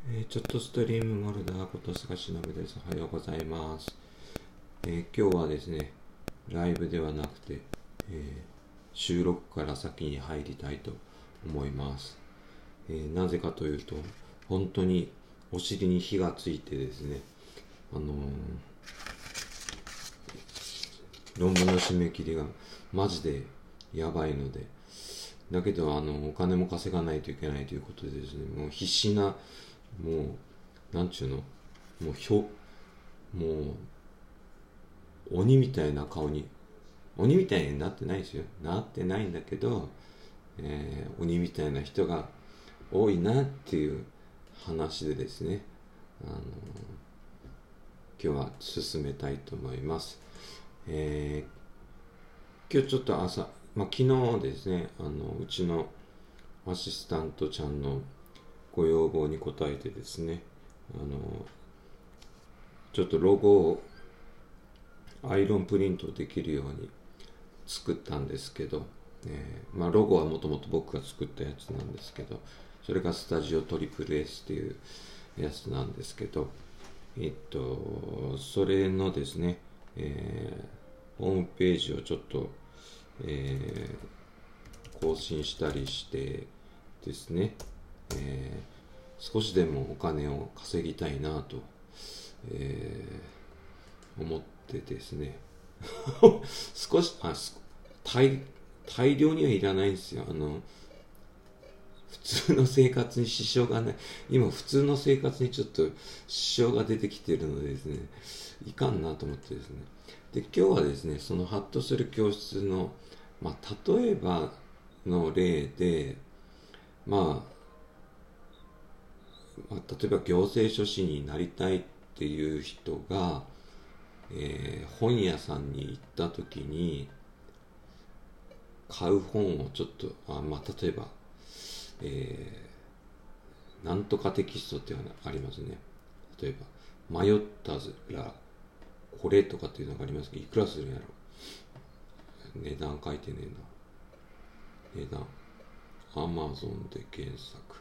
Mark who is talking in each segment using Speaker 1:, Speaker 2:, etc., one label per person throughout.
Speaker 1: ちょっとストリームモルダーことすがしのぶです。おはようございます。今日はですね、ライブではなくて、収録から先に入りたいと思います。なぜかというと、本当にお尻に火がついてですね、論文の締め切りがマジでやばいので、だけどお金も稼がないといけないということでですね、もう必死な、もうなんちゅうの、もう鬼みたいな顔に、鬼みたいになってないですよ、なってないんだけど、鬼みたいな人が多いなっていう話でですね、今日は進めたいと思います。今日ちょっと朝、昨日ですね、うちのアシスタントちゃんのご要望に応えてですね、ちょっとロゴをアイロンプリントできるように作ったんですけど、ロゴはもともと僕が作ったやつなんですけど、それがスタジオトリプル S っていうやつなんですけど、それのですね、ホームページをちょっと、更新したりしてですね、少しでもお金を稼ぎたいなと、思ってですね少し大量にはいらないんですよ。普通の生活に支障がない。今普通の生活にちょっと支障が出てきているのでですね、いかんなと思ってですね。で、今日はですね、そのハッとする教室の、例えばの例で、例えば行政書士になりたいっていう人が、本屋さんに行った時に買う本をちょっと例えば、なんとかテキストっていうのがありますね。例えば迷ったらこれとかっていうのがありますけど、いくらするんやろ。値段書いてねえな。値段 Amazon で検索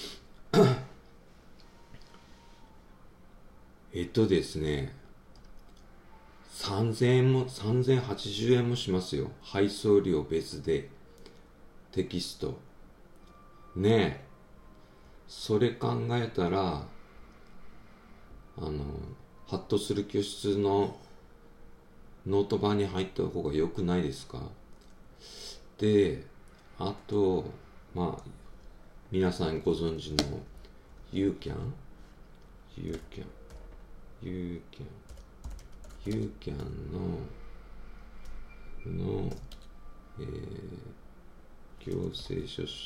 Speaker 1: ですね、3000円も3080円もしますよ。配送料別でテキストねえ。それ考えたらハッとする教室のノート版に入った方が良くないですか。で、あと皆さんご存知のユーキャンの、行政書士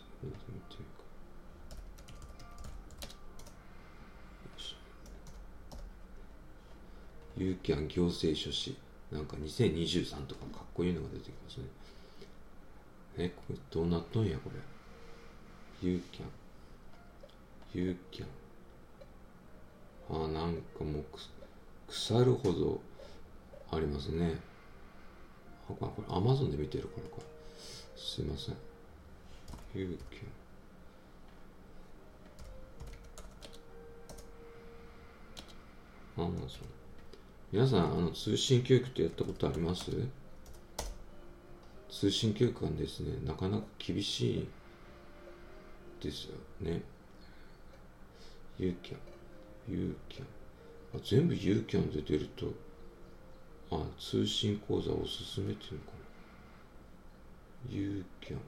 Speaker 1: ユーキャン行政書士、なんか2023とかかっこいいのが出てきますね。これどうなっとんやこれ。ユーキャンなんかもう腐るほどありますね。これ Amazon で見てるからか、すいません。ユーキャン Amazon。皆さん通信教育ってやったことあります？通信教育はですね、なかなか厳しいですよね。ユーキャン全部ユーキャンで出ると、通信講座おすすめっていうのかな。ユーキャ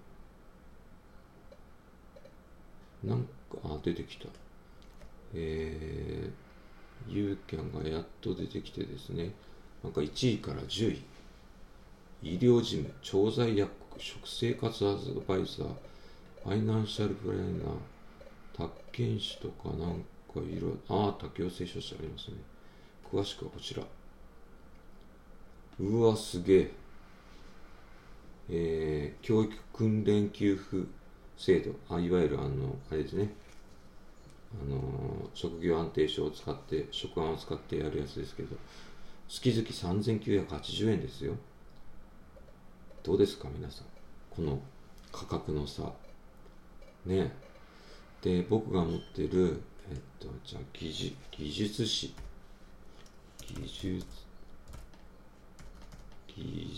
Speaker 1: ンなんか出てきた。ユーキャンがやっと出てきてですね、なんか1位から10位、医療事務、調剤薬局、食生活アドバイザー、ファイナンシャルプランナー、宅建士とかなんかいろいろ、多行政書士ありますね。詳しくはこちら。うわ、すげえ。教育訓練給付制度、いわゆるあれですね、職業安定証を使って、職安を使ってやるやつですけど、月々3980円ですよ。どうですか皆さん、この価格の差ね。で、僕が持ってるじゃあ技術史、技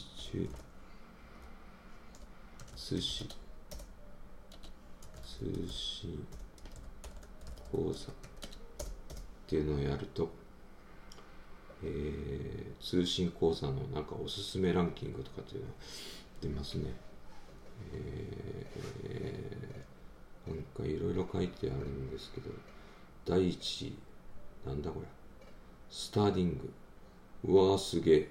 Speaker 1: 術史、通信講座っていうのをやると、通信講座のなんかおすすめランキングとかっていうのが出ますね。なんかいろいろ書いてあるんですけど、第一位、なんだこれ、スターディング、うわーすげ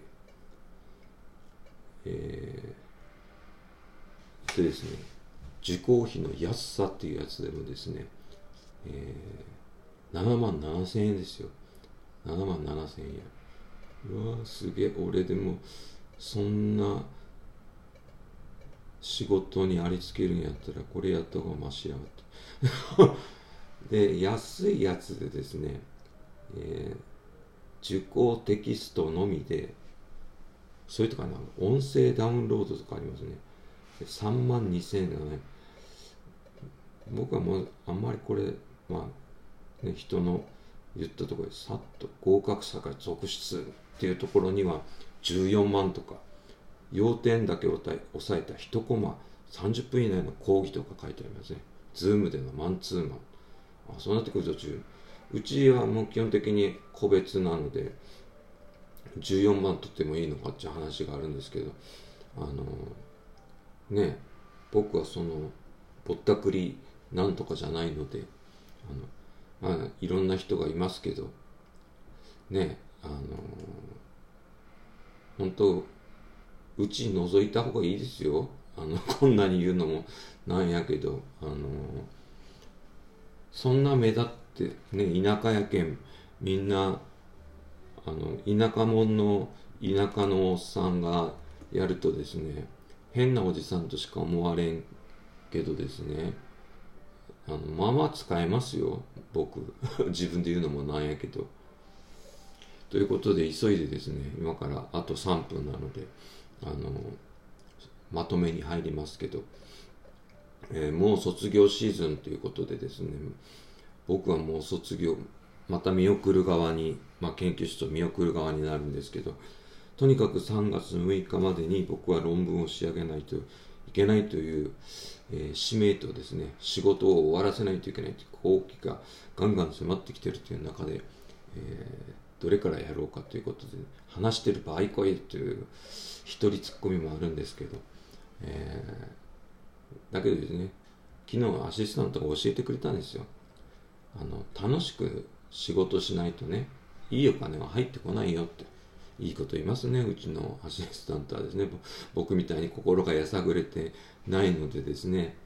Speaker 1: え。でですね、受講費の安さっていうやつでもですね、77,000円ですよ。77,000円。うわーすげえ。俺でもそんな仕事にありつけるんやったらこれやった方がマシやがってで、安いやつでですね、受講テキストのみで、それとかな、音声ダウンロードとかありますね。32,000円だね。僕はもうあんまりこれ、まあね、人の言ったところでさっと合格者が続出っていうところには14万とか、要点だけを押さえた1コマ30分以内の講義とか書いてありますね。ズームでのマンツーマン。そうなってくるとうちはもう基本的に個別なので14万取ってもいいのかっていう話があるんですけど、ね、僕はそのぼったくりなんとかじゃないので、いろんな人がいますけどね、本当うち覗いた方がいいですよ。こんなに言うのもなんやけど、そんな目立ってね、田舎やけんみんな田舎者の田舎のおっさんがやるとですね、変なおじさんとしか思われんけどですね、まあまあ使えますよ、僕自分で言うのもなんやけど。ということで急いでですね、今からあと3分なのでまとめに入りますけど、もう卒業シーズンということでですね、僕はもう卒業また見送る側に、研究室を見送る側になるんですけど、とにかく3月6日までに僕は論文を仕上げないといけないという、使命とですね、仕事を終わらせないといけないという好機がガンガン迫ってきているという中で、どれからやろうかということで話してる場合かいという一人ツッコミもあるんですけど、だけどですね、昨日アシスタントが教えてくれたんですよ。楽しく仕事しないとね、いいお金は入ってこないよって。いいこと言いますね、うちのアシスタントはですね。僕みたいに心がやさぐれてないのでですね、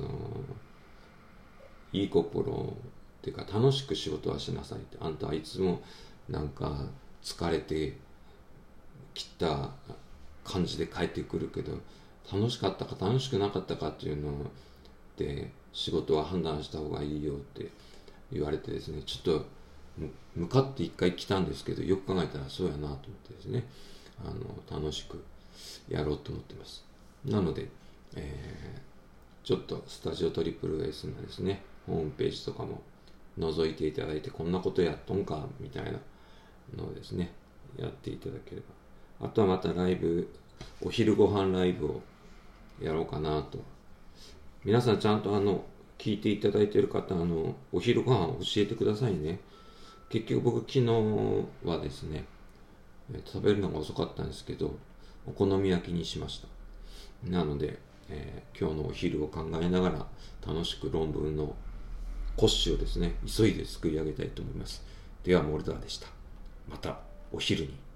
Speaker 1: いい心っていうか楽しく仕事はしなさいって。あんたはいつもなんか疲れてきた感じで帰ってくるけど、楽しかったか楽しくなかったかっていうので仕事は判断した方がいいよって言われてですね、ちょっと向かって一回来たんですけど、よく考えたらそうやなと思ってですね、楽しくやろうと思ってます。なので、ちょっとスタジオトリプル S のですね、ホームページとかも覗いていただいて、こんなことやっとんかみたいなのをですね、やっていただければ。あとはまたライブ、お昼ご飯ライブをやろうかなと。皆さんちゃんと聞いていただいている方、お昼ご飯を教えてくださいね。結局僕昨日はですね、食べるのが遅かったんですけど、お好み焼きにしました。なので、今日のお昼を考えながら楽しく論文の骨子をですね、急いで作り上げたいと思います。ではモルダーでした。またお昼に。